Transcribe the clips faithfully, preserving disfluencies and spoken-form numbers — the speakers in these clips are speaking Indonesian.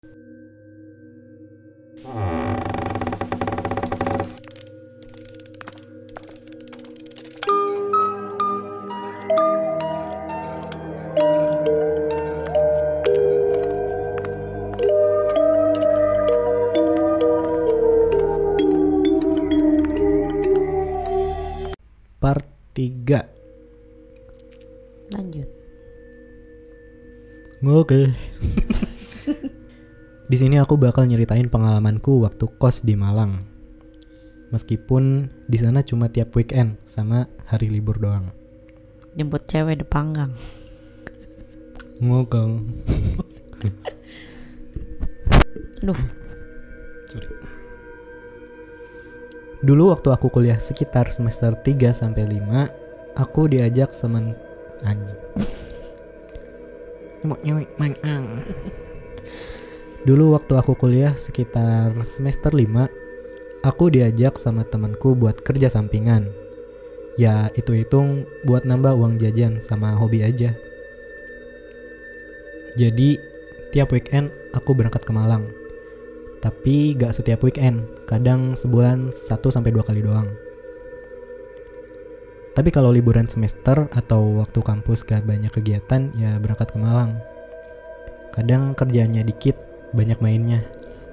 Part tiga. Lanjut. Oke. Di sini aku bakal nyeritain pengalamanku waktu kos di Malang. Meskipun di sana cuma tiap weekend sama hari libur doang. Jemput cewek di panggang. Ngokong. Aduh. Sorry. Dulu waktu aku kuliah sekitar semester tiga sampai lima, aku diajak semen anjing. Mau nyewek mangang. Dulu waktu aku kuliah sekitar semester lima, aku diajak sama temanku buat kerja sampingan. Ya hitung-hitung buat nambah uang jajan sama hobi aja. Jadi tiap weekend aku berangkat ke Malang. Tapi gak setiap weekend, kadang sebulan satu sampai dua kali doang. Tapi kalau liburan semester atau waktu kampus gak banyak kegiatan, ya berangkat ke Malang. Kadang kerjanya dikit, banyak mainnya.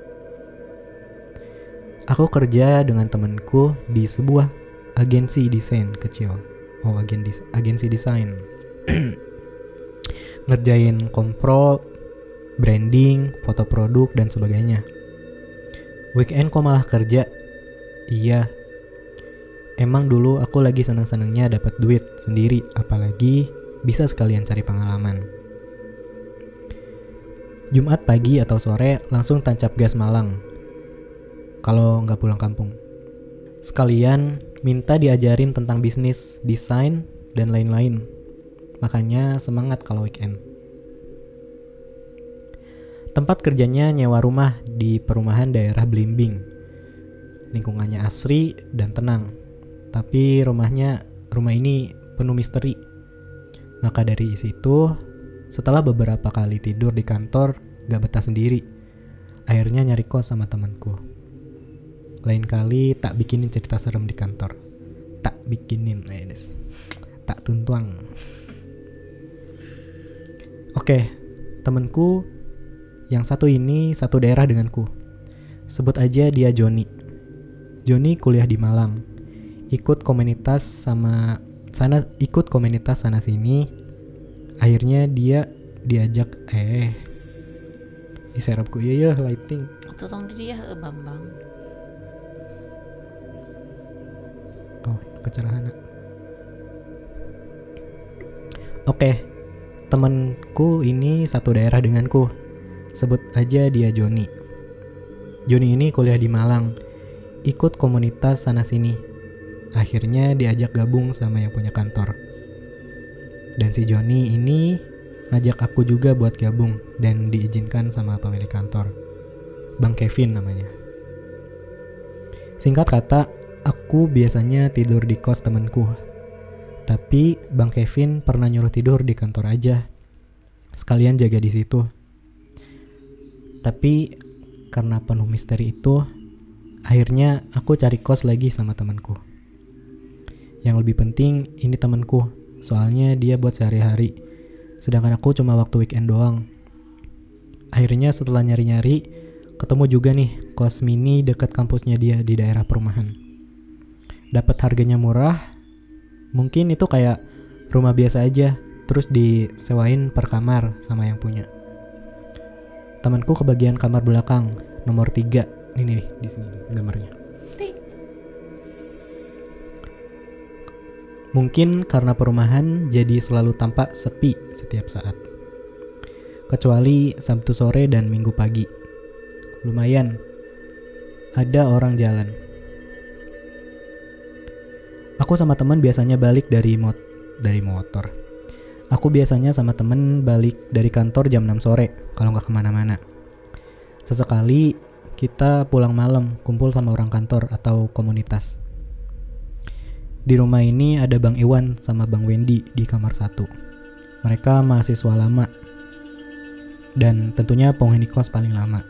Aku kerja dengan temanku di sebuah agensi desain kecil. Oh, agen dis- agensi desain. Ngerjain kompro, branding, foto produk, dan sebagainya. Weekend kok malah kerja? Iya. Emang dulu aku lagi seneng-senengnya dapat duit sendiri, apalagi bisa sekalian cari pengalaman. Jumat pagi atau sore langsung tancap gas Malang. Kalau nggak pulang kampung. Sekalian minta diajarin tentang bisnis, desain, dan lain-lain. Makanya semangat kalau weekend. Tempat kerjanya nyewa rumah di perumahan daerah Blimbing. Lingkungannya asri dan tenang. Tapi rumahnya, rumah ini penuh misteri. Maka dari situ, setelah beberapa kali tidur di kantor, gak betah sendiri. Akhirnya nyari kos sama temanku. Lain kali tak bikinin cerita serem di kantor. Tak bikinin, eh, tak tuntuang. Oke, temanku yang satu ini satu daerah denganku. Sebut aja dia Joni. Joni kuliah di Malang. Ikut komunitas sama sana ikut komunitas sana sini. Akhirnya dia diajak eh di serapku iya ya lighting. Tolong dia eh, Bambang. Oh, kecerahan. Oke. Temanku ini satu daerah denganku. Sebut aja dia Joni. Joni ini kuliah di Malang, ikut komunitas sana sini. Akhirnya diajak gabung sama yang punya kantor. Dan si Joni ini ngajak aku juga buat gabung dan diizinkan sama pemilik kantor. Bang Kevin namanya. Singkat kata, aku biasanya tidur di kos temanku. Tapi Bang Kevin pernah nyuruh tidur di kantor aja. Sekalian jaga di situ. Tapi karena penuh misteri itu, akhirnya aku cari kos lagi sama temanku. Yang lebih penting ini temanku, soalnya dia buat sehari-hari, sedangkan aku cuma waktu weekend doang. Akhirnya setelah nyari-nyari, ketemu juga nih kos mini dekat kampusnya dia di daerah perumahan. Dapat harganya murah, mungkin itu kayak rumah biasa aja, terus disewain per kamar sama yang punya. Temanku kebagian kamar belakang, nomor tiga. Ini nih, di sini gambarnya. Mungkin karena perumahan jadi selalu tampak sepi setiap saat. Kecuali Sabtu sore dan Minggu pagi. Lumayan, ada orang jalan. Aku sama teman biasanya balik dari mot dari motor. Aku biasanya sama temen balik dari kantor jam enam sore kalau gak kemana-mana. Sesekali kita pulang malam kumpul sama orang kantor atau komunitas. Di rumah ini ada Bang Iwan sama Bang Wendy di kamar satu. Mereka mahasiswa lama. dan tentunya penghuni kos paling lama.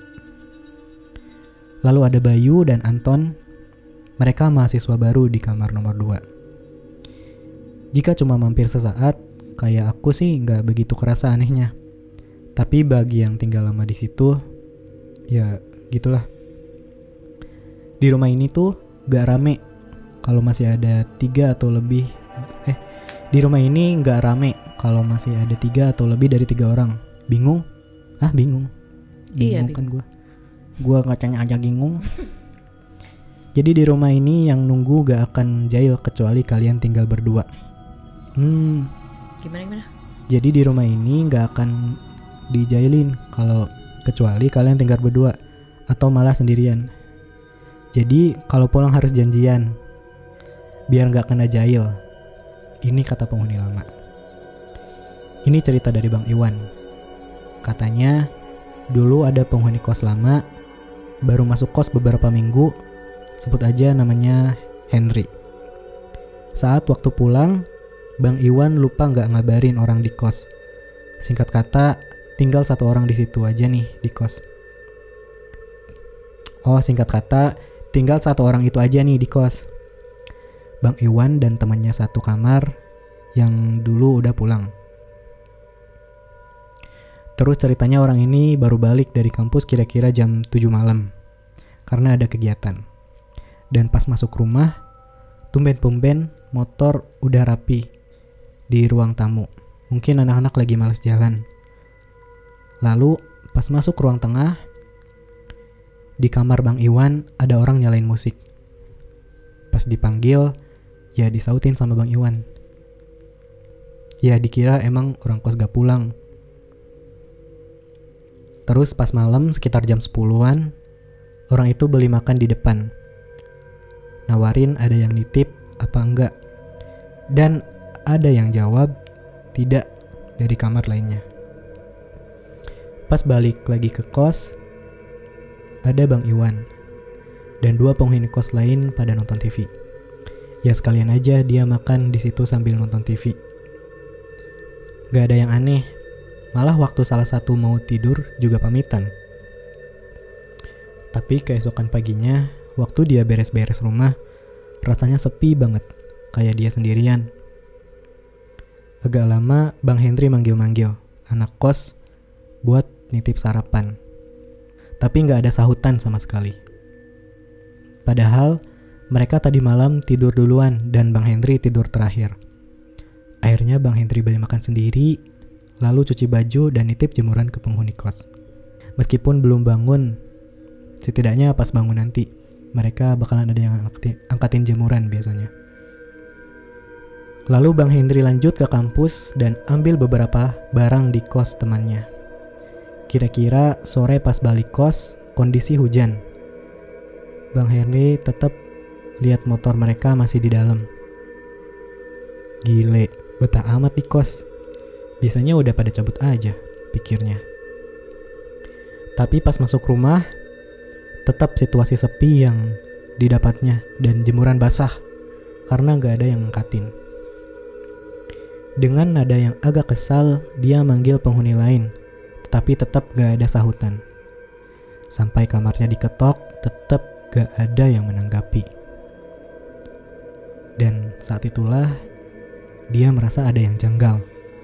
Lalu ada Bayu dan Anton, mereka mahasiswa baru di kamar nomor dua. Jika cuma mampir sesaat, kayak aku sih nggak begitu kerasa anehnya. Tapi bagi yang tinggal lama di situ, ya gitulah. Di rumah ini tuh gak rame kalau masih ada tiga atau lebih. Eh, di rumah ini gak rame kalau masih ada tiga atau lebih dari tiga orang. Bingung? Ah bingung. Iya, Bingung kan gue. Gue ngacanya aja bingung. Jadi di rumah ini yang nunggu gak akan jail kecuali kalian tinggal berdua. Hmm. Gimana gimana? Jadi di rumah ini gak akan dijailin kalau kecuali kalian tinggal berdua atau malah sendirian. Jadi kalau pulang harus janjian biar gak kena jail. Ini kata penghuni lama. Ini cerita dari Bang Iwan. Katanya dulu ada penghuni kos lama, baru masuk kos beberapa minggu, sebut aja namanya Henry. Saat waktu pulang, Bang Iwan lupa gak ngabarin orang di kos. Singkat kata, tinggal satu orang di situ aja nih di kos. Oh, singkat kata, tinggal satu orang itu aja nih di kos. Bang Iwan dan temannya satu kamar yang dulu udah pulang. Terus ceritanya orang ini baru balik dari kampus kira-kira jam tujuh malam karena ada kegiatan. Dan pas masuk rumah, tumben-tumben motor udah rapi di ruang tamu. Mungkin anak-anak lagi malas jalan. Lalu pas masuk ruang tengah, di kamar Bang Iwan ada orang nyalain musik. Pas dipanggil, ya disautin sama Bang Iwan. Ya dikira emang orang kos gak pulang. Terus pas malam sekitar jam sepuluhan, orang itu beli makan di depan. Nawarin ada yang nitip apa enggak. Dan ada yang jawab tidak dari kamar lainnya. Pas balik lagi ke kos, ada Bang Iwan dan dua penghuni kos lain pada nonton T V. Ya sekalian aja dia makan di situ sambil nonton T V. Gak ada yang aneh, malah waktu salah satu mau tidur juga pamitan. Tapi keesokan paginya, waktu dia beres-beres rumah, rasanya sepi banget, kayak dia sendirian. Agak lama Bang Henry manggil-manggil anak kos buat nitip sarapan. Tapi gak ada sahutan sama sekali. Padahal mereka tadi malam tidur duluan dan Bang Henry tidur terakhir. Akhirnya Bang Henry beli makan sendiri, lalu cuci baju dan nitip jemuran ke penghuni kos. Meskipun belum bangun, setidaknya pas bangun nanti, mereka bakalan ada yang angkati, angkatin jemuran biasanya. Lalu Bang Henry lanjut ke kampus dan ambil beberapa barang di kos temannya. Kira-kira sore pas balik kos, kondisi hujan. Bang Henry tetap lihat motor mereka masih di dalam. Gile, betah amat di kos. Biasanya udah pada cabut aja, pikirnya. Tapi pas masuk rumah, tetap situasi sepi yang didapatnya dan jemuran basah karena gak ada yang ngangkatin. Dengan nada yang agak kesal, dia manggil penghuni lain, tetapi tetap gak ada sahutan. Sampai kamarnya diketok, tetap gak ada yang menanggapi. Dan saat itulah, dia merasa ada yang janggal.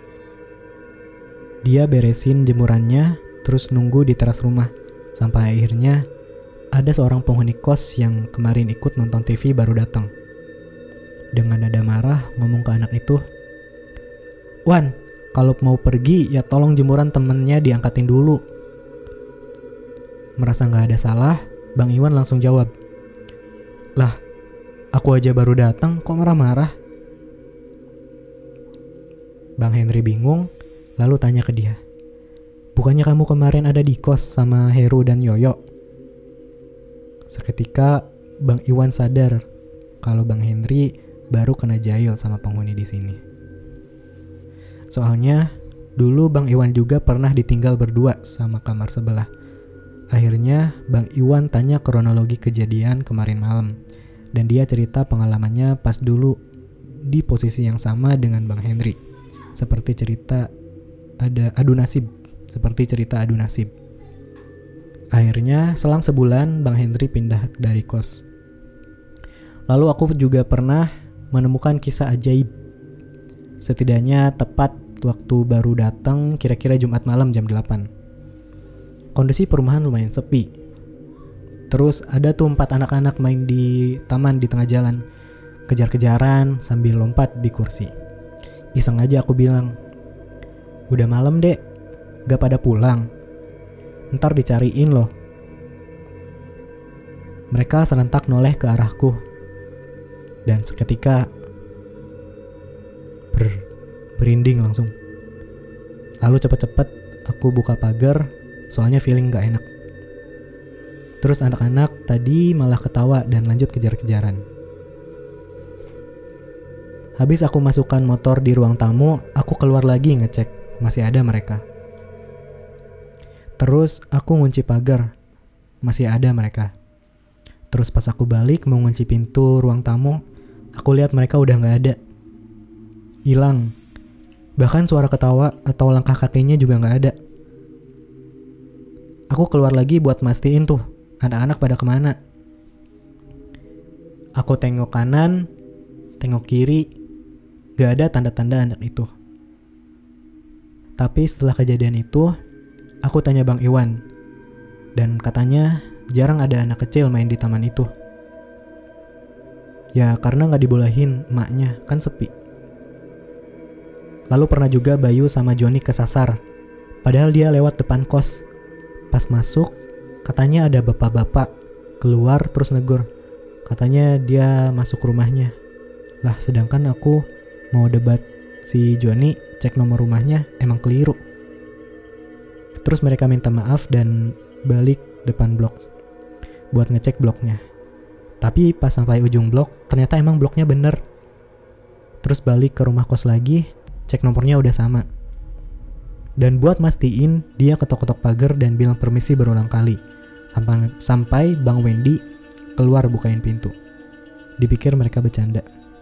Dia beresin jemurannya, terus nunggu di teras rumah, sampai akhirnya ada seorang penghuni kos yang kemarin ikut nonton T V baru datang. Dengan nada marah ngomong ke anak itu, "Wan, kalau mau pergi ya tolong jemuran temennya diangkatin dulu." Merasa gak ada salah, Bang Iwan langsung jawab, "Lah, aku aja baru datang kok marah-marah?" Bang Henry bingung, lalu tanya ke dia, "Bukannya kamu kemarin ada di kos sama Heru dan Yoyo?" Seketika Bang Iwan sadar kalau Bang Henry baru kena jail sama penghuni di sini. Soalnya dulu Bang Iwan juga pernah ditinggal berdua sama kamar sebelah. Akhirnya Bang Iwan tanya kronologi kejadian kemarin malam, dan dia cerita pengalamannya pas dulu di posisi yang sama dengan Bang Henry. Seperti cerita ada adu nasib seperti cerita adu nasib. Akhirnya selang sebulan Bang Henry pindah dari kos. Lalu aku juga pernah menemukan kisah ajaib. Setidaknya tepat waktu baru datang, kira-kira Jumat malam jam delapan. Kondisi perumahan lumayan sepi. Terus ada tuh empat anak-anak main di taman di tengah jalan, kejar-kejaran sambil lompat di kursi. Iseng aja aku bilang, "Udah malam dek, gak pada pulang? Ntar dicariin loh." Mereka serentak noleh ke arahku. Dan seketika ber, berinding langsung. Lalu cepet-cepet aku buka pagar, soalnya feeling gak enak. Terus anak-anak tadi malah ketawa dan lanjut kejar-kejaran. Habis aku masukkan motor di ruang tamu, aku keluar lagi ngecek masih ada mereka. Terus aku ngunci pagar, masih ada mereka. Terus pas aku balik mau ngunci pintu ruang tamu, aku lihat mereka udah gak ada. Hilang. Bahkan suara ketawa atau langkah kakinya juga gak ada. Aku keluar lagi buat mastiin tuh anak-anak pada kemana. Aku tengok kanan, tengok kiri, gak ada tanda-tanda anak itu. Tapi setelah kejadian itu, aku tanya Bang Iwan, dan katanya jarang ada anak kecil main di taman itu. Ya karena gak dibolehin emaknya, kan sepi. Lalu pernah juga Bayu sama Joni kesasar, padahal dia lewat depan kos. Pas masuk, katanya ada bapak-bapak keluar terus negur. Katanya dia masuk rumahnya. Lah sedangkan aku mau debat si Joni, cek nomor rumahnya, emang keliru. Terus mereka minta maaf dan balik depan blok buat ngecek bloknya. Tapi pas sampai ujung blok, ternyata emang bloknya bener. Terus balik ke rumah kos lagi, cek nomornya udah sama. Dan buat mastiin, dia ketok-ketok pagar dan bilang permisi berulang kali. Sampai, sampai Bang Wendy keluar bukain pintu. Dipikir mereka bercanda.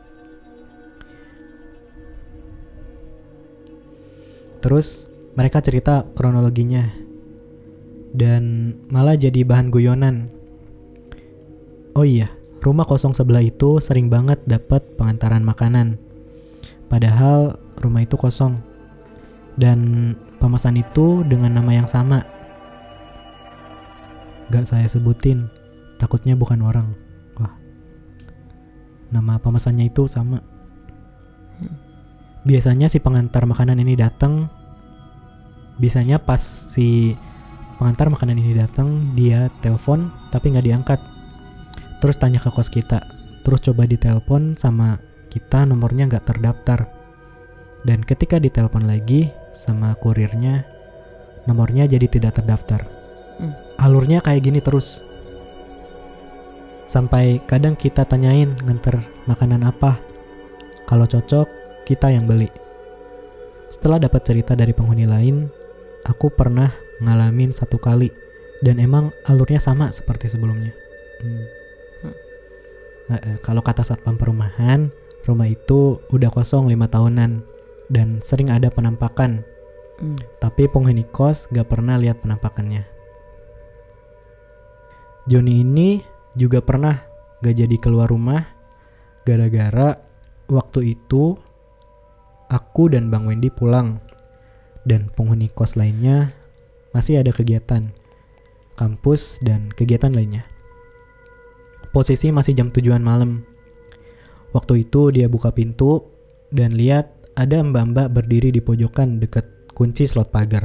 Terus mereka cerita kronologinya. Dan malah jadi bahan guyonan. Oh iya, rumah kosong sebelah itu sering banget dapat pengantaran makanan. Padahal rumah itu kosong. Dan pemesan itu dengan nama yang sama. Gak saya sebutin, takutnya bukan orang. Wah, nama pemesannya itu sama. Biasanya si pengantar makanan ini datang. Biasanya pas si pengantar makanan ini datang, dia telepon tapi gak diangkat. Terus tanya ke kos kita. Terus coba ditelepon sama kita, nomornya gak terdaftar. Dan ketika ditelepon lagi sama kurirnya, nomornya jadi tidak terdaftar. hmm. Alurnya kayak gini terus. Sampai kadang kita tanyain nganter makanan apa. Kalau cocok, kita yang beli. Setelah dapat cerita dari penghuni lain, aku pernah ngalamin satu kali. Dan emang alurnya sama seperti sebelumnya. hmm. hmm. Nah, eh, kalau kata satpam perumahan, rumah itu udah kosong lima tahunan. Dan sering ada penampakan. hmm. Tapi penghuni kos gak pernah lihat penampakannya. Joni ini juga pernah gak jadi keluar rumah gara-gara waktu itu aku dan Bang Wendy pulang. Dan penghuni kos lainnya masih ada kegiatan kampus dan kegiatan lainnya. Posisi masih jam tujuan malam. Waktu itu dia buka pintu dan lihat ada mbak-mbak berdiri di pojokan dekat kunci slot pagar.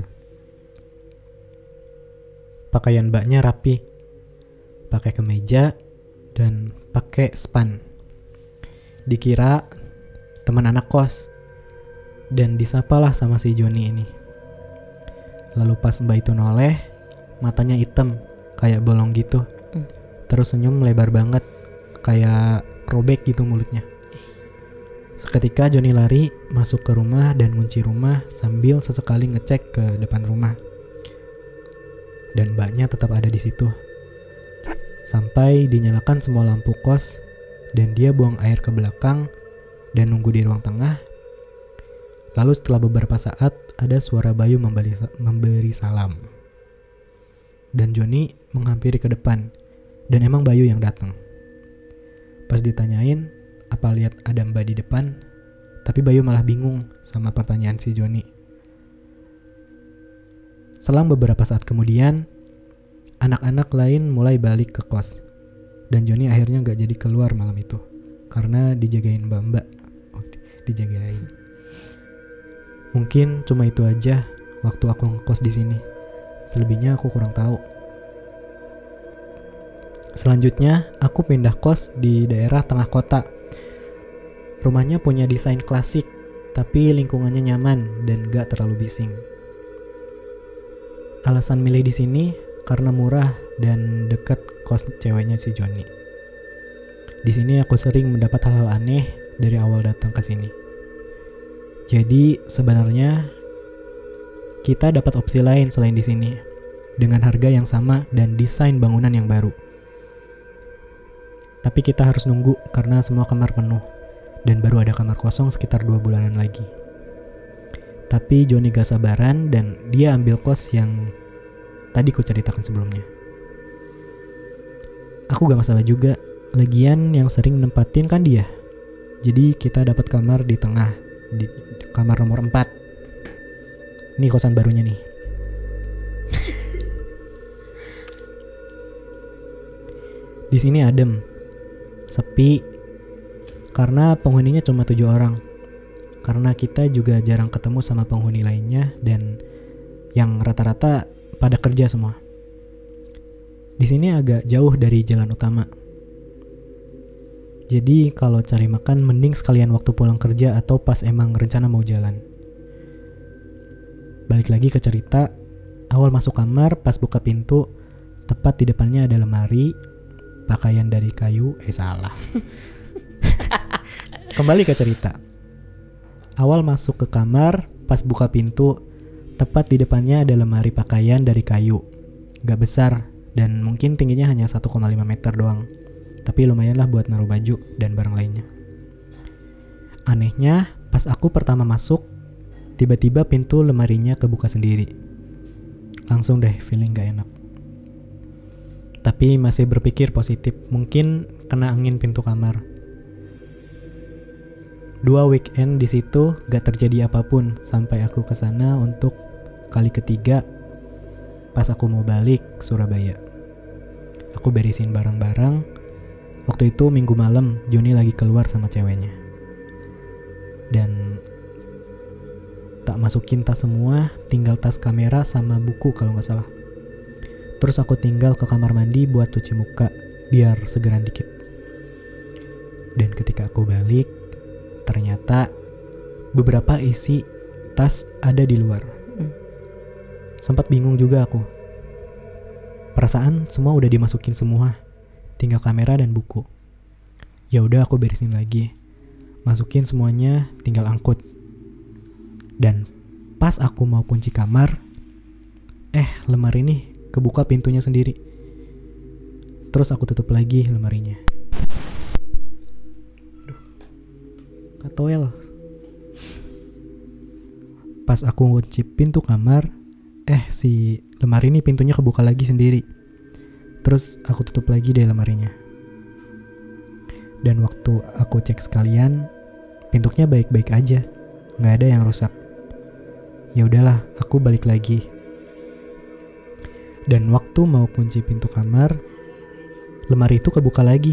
Pakaian mbaknya rapi, pakai kemeja dan pakai span. Dikira teman anak kos dan disapalah sama si Joni ini. Lalu pas mbak itu noleh, matanya hitam kayak bolong gitu. Mm. Terus senyum lebar banget, kayak robek gitu mulutnya. Seketika Joni lari masuk ke rumah dan kunci rumah sambil sesekali ngecek ke depan rumah. Dan mbaknya tetap ada di situ. Sampai dinyalakan semua lampu kos dan dia buang air ke belakang dan nunggu di ruang tengah. Lalu setelah beberapa saat ada suara Bayu memberi, memberi salam. Dan Joni menghampiri ke depan. Dan emang Bayu yang datang. Pas ditanyain apa lihat ada Mbak di depan, tapi Bayu malah bingung sama pertanyaan si Joni. Selang beberapa saat kemudian, anak-anak lain mulai balik ke kos. Dan Joni akhirnya gak jadi keluar malam itu karena dijagain mbak-mbak. Oh, dijagain. Mungkin cuma itu aja waktu aku ngekos di sini. Selebihnya aku kurang tahu. Selanjutnya, aku pindah kos di daerah tengah kota. Rumahnya punya desain klasik, tapi lingkungannya nyaman dan gak terlalu bising. Alasan milih di sini karena murah dan dekat kos ceweknya si Joni. Di sini aku sering mendapat hal-hal aneh dari awal datang ke sini. Jadi sebenarnya kita dapat opsi lain selain di sini, dengan harga yang sama dan desain bangunan yang baru. Tapi kita harus nunggu karena semua kamar penuh dan baru ada kamar kosong sekitar dua bulanan lagi. Tapi Joni gak sabaran dan dia ambil kos yang tadi ku ceritakan sebelumnya. Aku gak masalah juga, lagian yang sering nempatin kan dia. Jadi kita dapat kamar di tengah, di kamar nomor empat. Ini kosan barunya nih. Di sini adem, sepi, karena penghuninya cuma tujuh orang. Karena kita juga jarang ketemu sama penghuni lainnya dan yang rata-rata pada kerja semua. Di sini agak jauh dari jalan utama. Jadi kalau cari makan mending sekalian waktu pulang kerja atau pas emang rencana mau jalan. Balik lagi ke cerita, awal masuk kamar pas buka pintu, tepat di depannya ada lemari, pakaian dari kayu, eh salah. Kembali ke cerita. Awal masuk ke kamar, pas buka pintu, tepat di depannya ada lemari pakaian dari kayu. Gak besar, dan mungkin tingginya hanya satu koma lima meter doang. Tapi lumayan lah buat naruh baju dan barang lainnya. Anehnya, pas aku pertama masuk, tiba-tiba pintu lemarinya kebuka sendiri. Langsung deh feeling gak enak. Tapi masih berpikir positif, mungkin kena angin pintu kamar. Dua weekend di situ gak terjadi apapun sampai aku kesana untuk kali ketiga pas aku mau balik Surabaya. Aku beresin barang-barang. Waktu itu minggu malam Joni lagi keluar sama ceweknya. Dan tak masukin tas semua, tinggal tas kamera sama buku kalau gak salah. Terus aku tinggal ke kamar mandi buat cuci muka biar segeran dikit. Dan ketika aku balik, ternyata beberapa isi tas ada di luar. Hmm. Sempat bingung juga aku. Perasaan semua udah dimasukin semua, tinggal kamera dan buku. Ya udah aku beresin lagi, masukin semuanya, tinggal angkut. Dan pas aku mau kunci kamar, eh lemari ini kebuka pintunya sendiri. Terus aku tutup lagi lemarinya. Aduh, katoel. Pas aku kunci pintu kamar, eh si lemari ini pintunya kebuka lagi sendiri. Terus aku tutup lagi deh lemarinya. Dan waktu aku cek sekalian, pintunya baik-baik aja, nggak ada yang rusak. Ya udahlah, aku balik lagi. Dan waktu mau kunci pintu kamar, lemari itu kebuka lagi.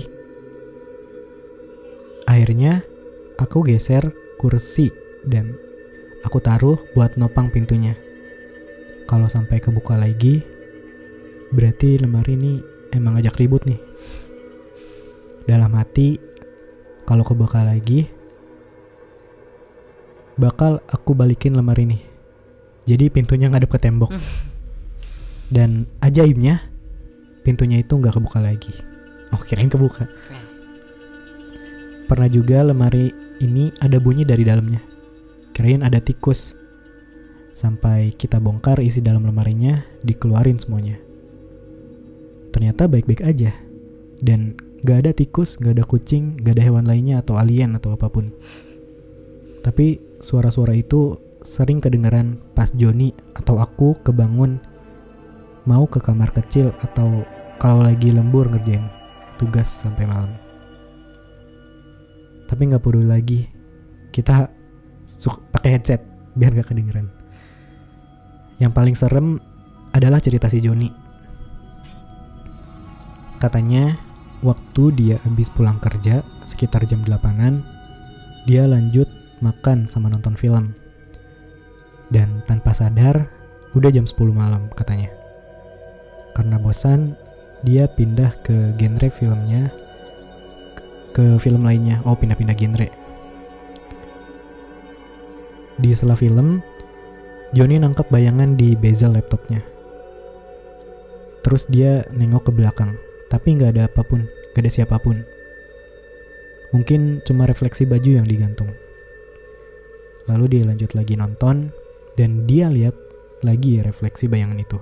Akhirnya, aku geser kursi dan aku taruh buat nopang pintunya. Kalau sampai kebuka lagi, berarti lemari ini emang ngajak ribut nih. Dalam hati, kalau kebuka lagi, bakal aku balikin lemari ini. Jadi pintunya ngadep ke tembok. Dan ajaibnya, pintunya itu gak kebuka lagi. Oh, kirain kebuka. Pernah juga lemari ini ada bunyi dari dalamnya. Kirain ada tikus. Sampai kita bongkar isi dalam lemarinya, dikeluarin semuanya. Ternyata baik-baik aja. Dan gak ada tikus, gak ada kucing, gak ada hewan lainnya atau alien atau apapun. Tapi suara-suara itu sering kedengaran pas Joni atau aku kebangun mau ke kamar kecil atau kalau lagi lembur ngerjain tugas sampai malam. Tapi nggak peduli lagi, kita suka pakai headset biar nggak kedengeran. Yang paling serem adalah cerita si Joni. Katanya waktu dia habis pulang kerja sekitar jam delapanan, dia lanjut makan sama nonton film. Dan tanpa sadar udah jam sepuluh malam katanya. Karena bosan, dia pindah ke genre filmnya, ke film lainnya. Oh, pindah-pindah genre. Di sela film, Joni nangkep bayangan di bezel laptopnya. Terus dia nengok ke belakang, tapi nggak ada apapun, nggak ada siapapun. Mungkin cuma refleksi baju yang digantung. Lalu dia lanjut lagi nonton, dan dia lihat lagi refleksi bayangan itu.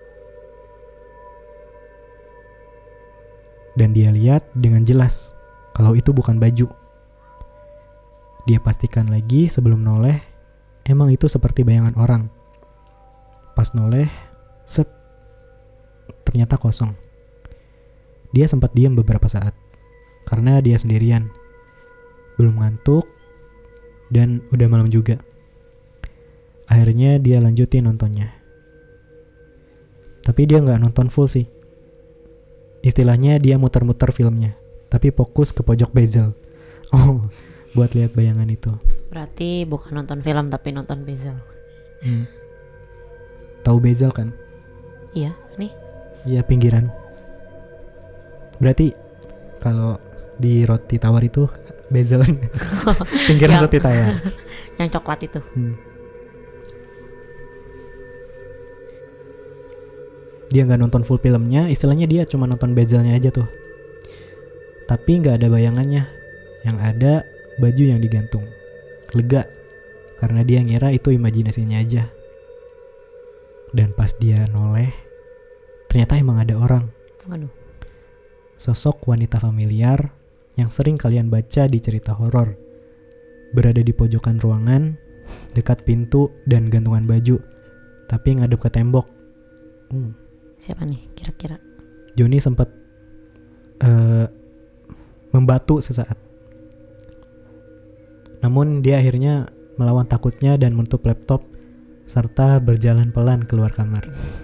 Dan dia lihat dengan jelas kalau itu bukan baju. Dia pastikan lagi sebelum noleh, emang itu seperti bayangan orang. Pas noleh, set, ternyata kosong. Dia sempat diam beberapa saat, karena dia sendirian, belum ngantuk, dan udah malam juga. Akhirnya dia lanjutin nontonnya. Tapi dia gak nonton full sih. Istilahnya dia muter-muter filmnya, tapi fokus ke pojok bezel. Oh, buat lihat bayangan itu. Berarti bukan nonton film tapi nonton bezel. Hmm. Tahu bezel kan? Iya, nih. Iya, pinggiran. Berarti kalau di roti tawar itu bezel pinggiran Yang- roti tawar. Yang coklat itu. Hmm. Dia nggak nonton full filmnya, istilahnya dia cuma nonton bezelnya aja tuh. Tapi nggak ada bayangannya, yang ada baju yang digantung. Lega, karena dia ngira itu imajinasinya aja. Dan pas dia noleh, ternyata emang ada orang. Waduh. Sosok wanita familiar yang sering kalian baca di cerita horor. Berada di pojokan ruangan, dekat pintu dan gantungan baju, tapi ngadep ke tembok. Hmm. Siapa nih kira-kira? Joni sempat uh, membatu sesaat. Namun dia akhirnya melawan takutnya dan menutup laptop serta berjalan pelan keluar kamar.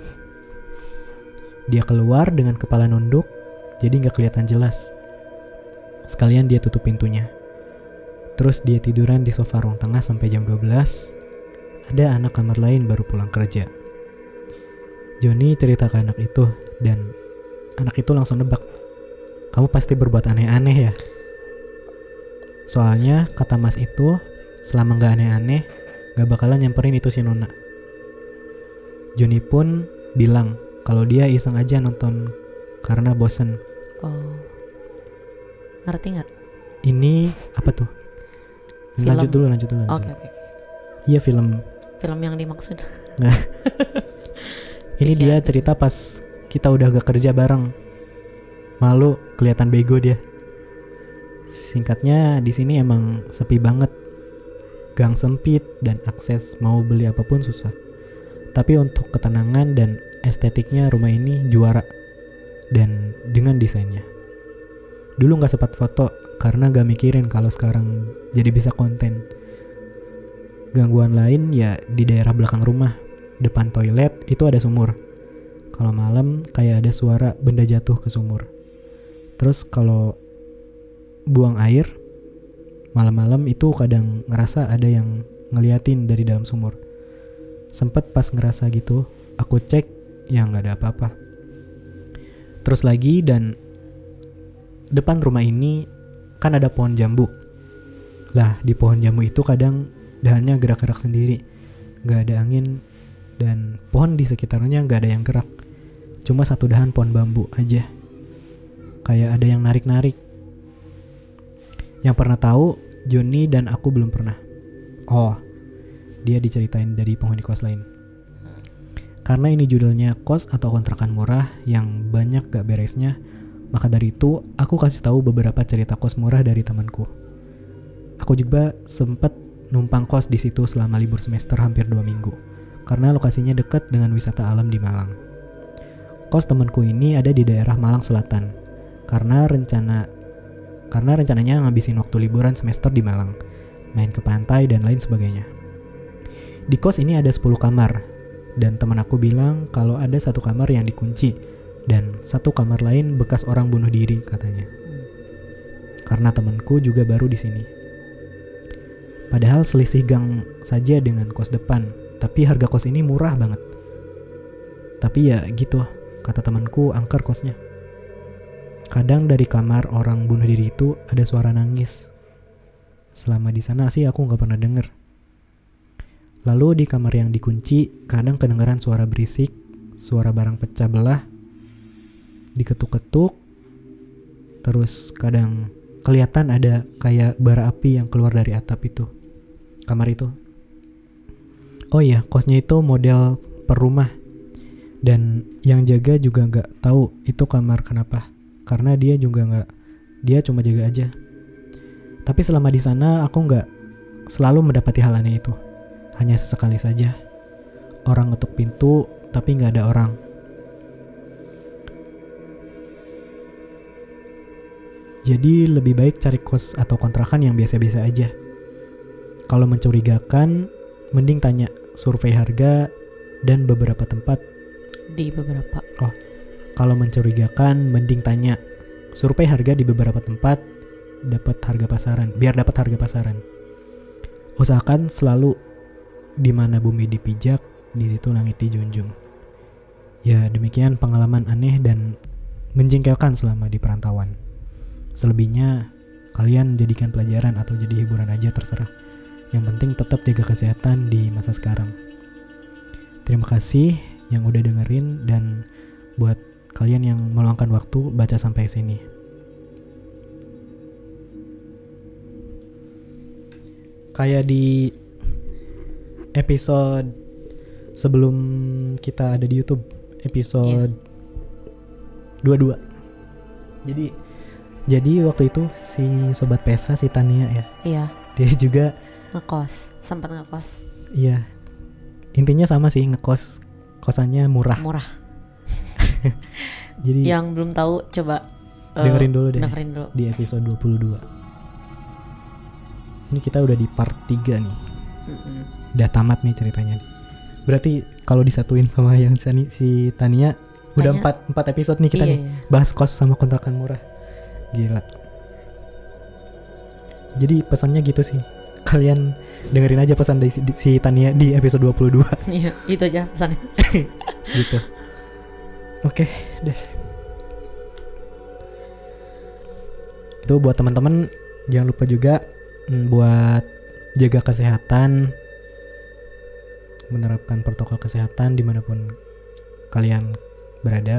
Dia keluar dengan kepala nunduk, jadi nggak kelihatan jelas. Sekalian dia tutup pintunya. Terus dia tiduran di sofa ruang tengah sampai jam dua belas. Ada anak kamar lain baru pulang kerja. Joni cerita ke anak itu, dan anak itu langsung nebak, kamu pasti berbuat aneh-aneh ya. Soalnya kata mas itu, selama gak aneh-aneh, gak bakalan nyamperin itu si Nona. Joni pun bilang kalau dia iseng aja nonton karena bosen. Oh. Ngerti nggak? Ini apa tuh? Film. Lanjut dulu, lanjut dulu. lanjut Oke, dulu. oke. Iya, film. Film yang dimaksud. Ini Pikiran. dia cerita pas kita udah gak kerja bareng. Malu, kelihatan bego dia. Singkatnya di sini emang sepi banget. Gang sempit dan akses mau beli apapun susah. Tapi untuk ketenangan dan estetiknya rumah ini juara. Dan dengan desainnya. Dulu gak sempat foto karena gak mikirin kalau sekarang jadi bisa konten. Gangguan lain ya di daerah belakang rumah. Depan toilet itu ada sumur. Kalau malam kayak ada suara benda jatuh ke sumur. Terus kalau buang air malam-malam itu kadang ngerasa ada yang ngeliatin dari dalam sumur. Sempet pas ngerasa gitu, aku cek, ya nggak ada apa-apa. Terus lagi, dan depan rumah ini kan ada pohon jambu. Lah di pohon jambu itu kadang dahannya gerak-gerak sendiri, nggak ada angin. Dan pohon di sekitarnya gak ada yang gerak. Cuma satu dahan pohon bambu aja. Kayak ada yang narik-narik. Yang pernah tahu, Joni dan aku belum pernah. Oh, dia diceritain dari penghuni kos lain. Karena ini judulnya kos atau kontrakan murah yang banyak gak beresnya, maka dari itu aku kasih tahu beberapa cerita kos murah dari temanku. Aku juga sempet numpang kos di situ selama libur semester hampir dua minggu karena lokasinya dekat dengan wisata alam di Malang. Kos temanku ini ada di daerah Malang Selatan karena rencana karena rencananya ngabisin waktu liburan semester di Malang, main ke pantai dan lain sebagainya. Di kos ini ada sepuluh kamar dan teman aku bilang kalau ada satu kamar yang dikunci dan satu kamar lain bekas orang bunuh diri katanya. Karena temanku juga baru di sini. Padahal selisih gang saja dengan kos depan, tapi harga kos ini murah banget. Tapi ya gitu, kata temanku angker kosnya. Kadang dari kamar orang bunuh diri itu ada suara nangis. Selama di sana sih aku nggak pernah denger. Lalu di kamar yang dikunci, kadang kedengaran suara berisik, suara barang pecah belah, diketuk-ketuk, terus kadang kelihatan ada kayak bara api yang keluar dari atap itu, kamar itu. Oh iya, kosnya itu model per rumah. Dan yang jaga juga nggak tahu itu kamar kenapa. Karena dia juga nggak, dia cuma jaga aja. Tapi selama di sana aku nggak selalu mendapati hal aneh itu. Hanya sesekali saja. Orang ngetuk pintu, tapi nggak ada orang. Jadi lebih baik cari kos atau kontrakan yang biasa-biasa aja. Kalau mencurigakan, mending tanya survei harga dan beberapa tempat. Di beberapa. Oh, kalau mencurigakan, mending tanya survei harga di beberapa tempat, dapat harga pasaran. Biar dapat harga pasaran. Usahakan selalu di mana bumi dipijak, di situ langit dijunjung. Ya demikian pengalaman aneh dan menjengkelkan selama di perantauan. Selebihnya kalian jadikan pelajaran atau jadi hiburan aja terserah. Yang penting tetap jaga kesehatan di masa sekarang. Terima kasih yang udah dengerin dan buat kalian yang meluangkan waktu baca sampai sini. Kayak di episode sebelum kita ada di YouTube, episode yeah. dua puluh dua. Jadi Jadi waktu itu si sobat P S H si Tania ya. Iya. Dia juga ngekos, sempat ngekos. Iya. Intinya sama sih, ngekos, kosannya murah. Murah. Jadi yang belum tahu coba dengerin uh, dulu deh. Dengerin dulu di episode dua puluh dua. Ini kita udah di part tiga nih. Mm-mm. Udah tamat nih ceritanya. Berarti kalau disatuin sama yang si Tania udah empat empat episode nih kita iya, nih bahas kos sama kontrakan murah. Gila. Jadi pesannya gitu sih. Kalian dengerin aja pesan dari si, si Tania di episode dua puluh dua. Iya, itu aja pesannya. Gitu. Oke, deh. Itu buat teman-teman jangan lupa juga mm, buat jaga kesehatan, menerapkan protokol kesehatan dimanapun kalian berada.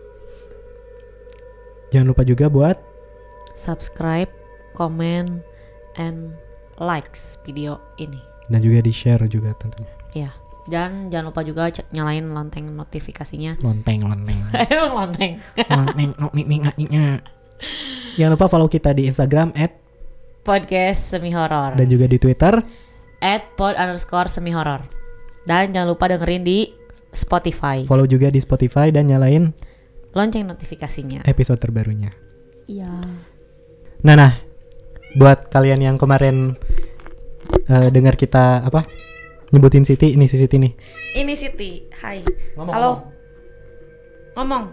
Jangan lupa juga buat subscribe, comment, and likes video ini. Dan juga di share juga tentunya. Iya. Dan jangan lupa juga c- nyalain lonceng notifikasinya. Lonteng, lonteng. Emang lonteng. Lonteng, notifikasinya. Jangan lupa follow kita di Instagram at podcast semi horor. Dan juga di Twitter at pod underscore semi horor. Dan jangan lupa dengerin di Spotify. Follow juga di Spotify dan nyalain lonceng notifikasinya. Episode terbarunya. Iya. Nah, nah, buat kalian yang kemarin uh, dengar kita apa nyebutin Siti, ini si Siti nih. Ini Siti, hai. Ngomong, halo. Ngomong.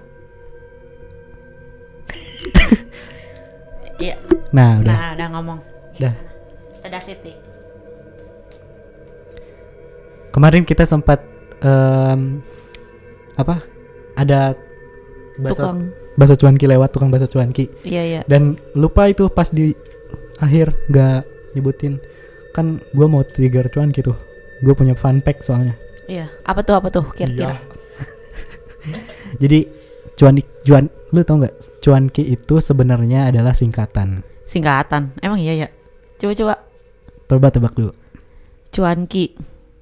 Iya. Nah, udah. Nah, udah ngomong. Udah. Udah Siti. Kemarin kita sempat um, apa? Ada Baso, tukang baso cuanki lewat, tukang baso cuanki. Iya, iya. Dan lupa itu pas di akhir gak nyebutin. Kan gue mau trigger cuanki tuh. Gue punya fun fact soalnya. Iya. Apa tuh, apa tuh kira-kira? Iya. Jadi cuan cuan lu tau gak? Cuanki itu sebenarnya adalah singkatan. Singkatan. Emang iya ya? Coba-coba. Coba tebak dulu. Cuanki.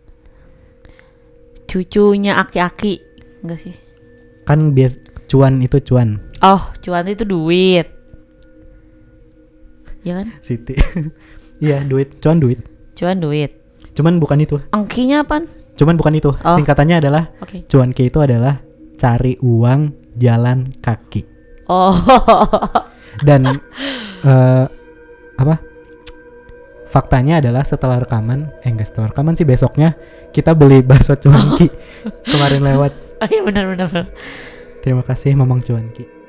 Cucunya aki-aki. Enggak sih? Kan bias cuan itu cuan. Oh, cuan itu duit. Ya kan? Siti. Iya, duit, cuan duit. Cuan duit. Cuman bukan itu. Angkinya apaan? Cuman bukan itu. Oh. Singkatannya adalah Oke. cuanki itu adalah cari uang jalan kaki. Oh. Dan eh, apa? Faktanya adalah setelah rekaman, eh enggak setelah rekaman sih, besoknya kita beli bakso cuanki kemarin lewat. Oh iya benar benar. Terima kasih Mamang Cuanki.